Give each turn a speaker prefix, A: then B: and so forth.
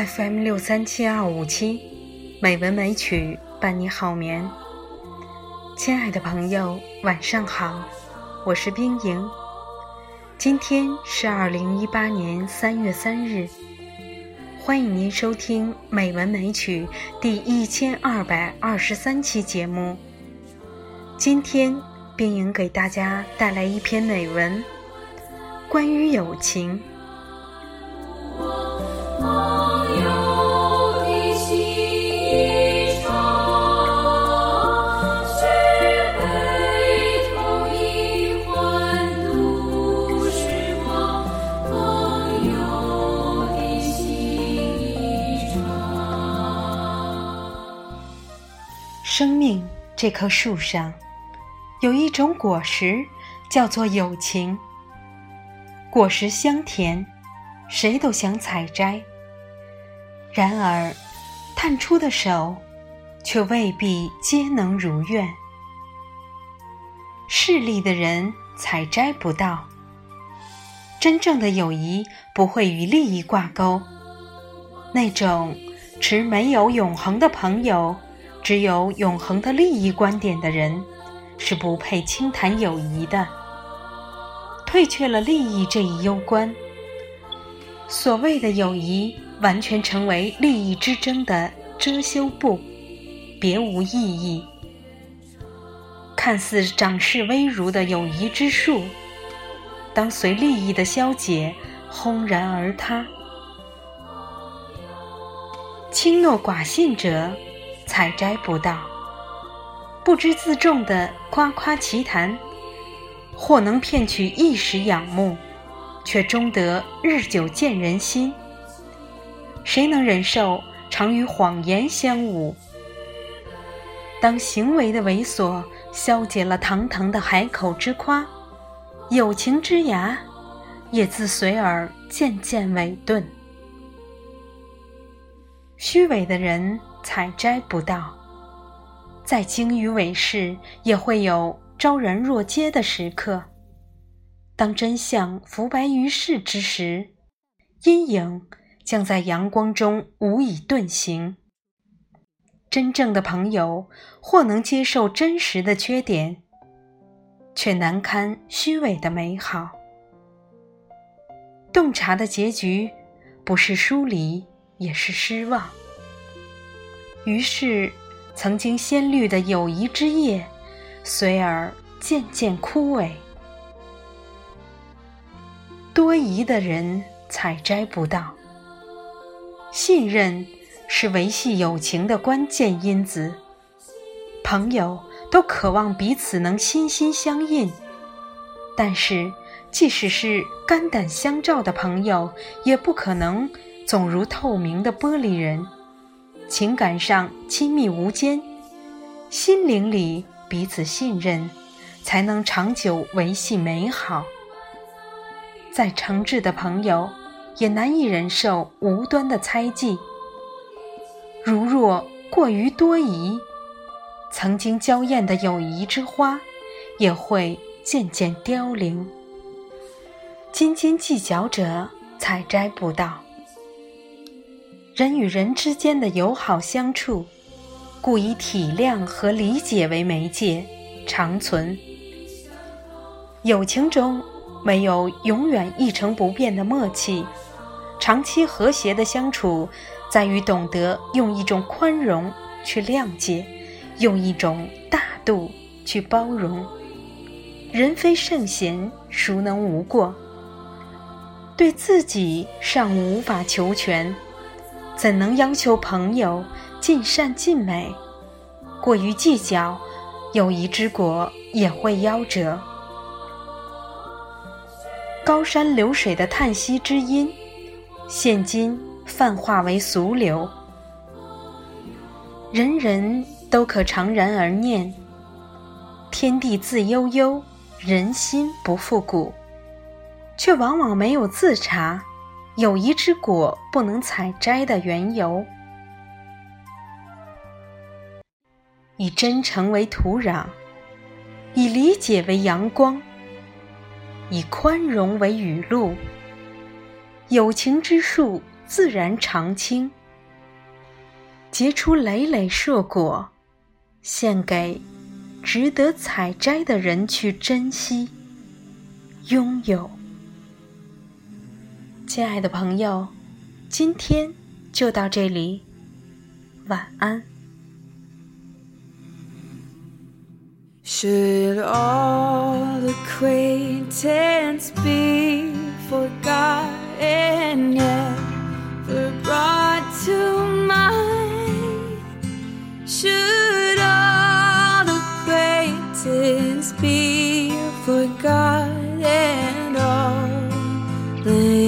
A: FM637257，美文美曲伴你好眠。亲爱的朋友，晚上好，我是冰莹。今天是2018年3月3日，欢迎您收听美文美曲第1223期节目。今天冰莹给大家带来一篇美文，关于友情。生命这棵树上有一种果实叫做友情，果实香甜，谁都想采摘，然而探出的手却未必皆能如愿。势利的人采摘不到，真正的友谊不会与利益挂钩，那种持没有永恒的朋友，只有永恒的利益观点的人，是不配轻谈友谊的。退却了利益这一攸关，所谓的友谊完全成为利益之争的遮羞布，别无意义。看似长势微如的友谊之树，当随利益的消解轰然而塌。轻诺寡信者采摘不到，不知自重的夸夸其谈，或能骗取一时仰慕，却终得日久见人心。谁能忍受常与谎言相侮？当行为的猥琐消解了堂堂的海口之夸，友情之芽也自随而渐渐萎顿。虚伪的人采摘不到，再精于伪饰，也会有昭然若揭的时刻。当真相浮白于世之时，阴影将在阳光中无以遁形。真正的朋友或能接受真实的缺点，却难堪虚伪的美好。洞察的结局不是疏离，也是失望。于是曾经鲜绿的友谊之叶，随而渐渐枯萎。多疑的人采摘不到，信任是维系友情的关键因子。朋友都渴望彼此能心心相印，但是即使是肝胆相照的朋友，也不可能总如透明的玻璃人，情感上亲密无间，心灵里彼此信任，才能长久维系美好。再诚挚的朋友，也难以忍受无端的猜忌。如若过于多疑，曾经娇艳的友谊之花，也会渐渐凋零。斤斤计较者采摘不到。人与人之间的友好相处，故以体谅和理解为媒介，长存。友情中没有永远一成不变的默契，长期和谐的相处，在于懂得用一种宽容去谅解，用一种大度去包容。人非圣贤，孰能无过？对自己尚无法求全，怎能要求朋友尽善尽美？过于计较，友谊之果也会夭折。高山流水的叹息之音，现今泛化为俗流。人人都可常然而念，天地自悠悠，人心不复古，却往往没有自察友谊之果不能采摘的缘由。以真诚为土壤，以理解为阳光，以宽容为雨露，友情之树自然常青，结出累累硕果，献给值得采摘的人去珍惜、拥有。亲爱的朋友，今天就到这里，晚安。
B: Should all acquaintance be forgotten, never brought to mind? Should all acquaintance be forgotten, all the